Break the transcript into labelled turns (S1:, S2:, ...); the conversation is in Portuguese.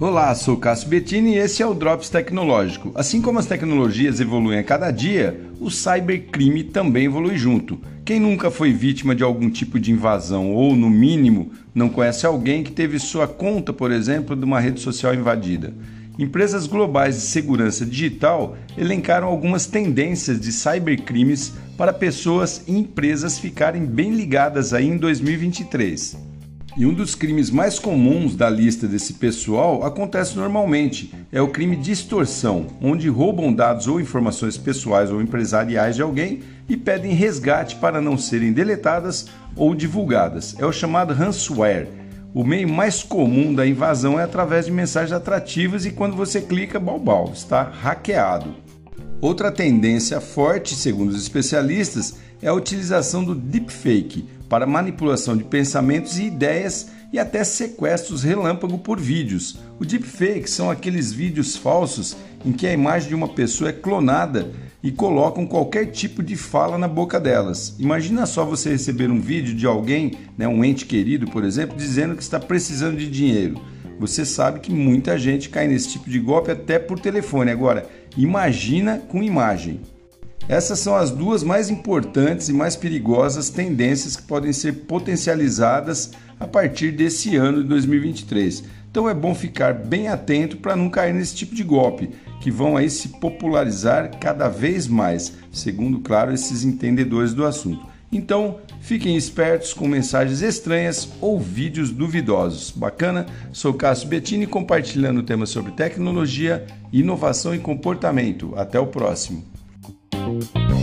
S1: Olá, sou Cássio Bettini e esse é o Drops Tecnológico. Assim como as tecnologias evoluem a cada dia, o cybercrime também evolui junto. Quem nunca foi vítima de algum tipo de invasão ou, no mínimo, não conhece alguém que teve sua conta, por exemplo, de uma rede social invadida? Empresas globais de segurança digital elencaram algumas tendências de cybercrimes para pessoas e empresas ficarem bem ligadas aí em 2023. E um dos crimes mais comuns da lista desse pessoal acontece normalmente, é o crime de extorsão, onde roubam dados ou informações pessoais ou empresariais de alguém e pedem resgate para não serem deletadas ou divulgadas. É o chamado ransomware. O meio mais comum da invasão é através de mensagens atrativas e quando você clica, balbal, está hackeado. Outra tendência forte, segundo os especialistas, é a utilização do deepfake para manipulação de pensamentos e ideias e até sequestros relâmpago por vídeos. O deepfake são aqueles vídeos falsos em que a imagem de uma pessoa é clonada e colocam qualquer tipo de fala na boca delas. Imagina só você receber um vídeo de alguém, um ente querido, por exemplo, dizendo que está precisando de dinheiro. Você sabe que muita gente cai nesse tipo de golpe até por telefone. Agora, imagina com imagem. Essas são as duas mais importantes e mais perigosas tendências que podem ser potencializadas a partir desse ano de 2023. Então é bom ficar bem atento para não cair nesse tipo de golpe, que vão aí se popularizar cada vez mais, segundo, claro, esses entendedores do assunto. Então, fiquem espertos com mensagens estranhas ou vídeos duvidosos. Bacana? Sou Cássio Bettini compartilhando temas sobre tecnologia, inovação e comportamento. Até o próximo.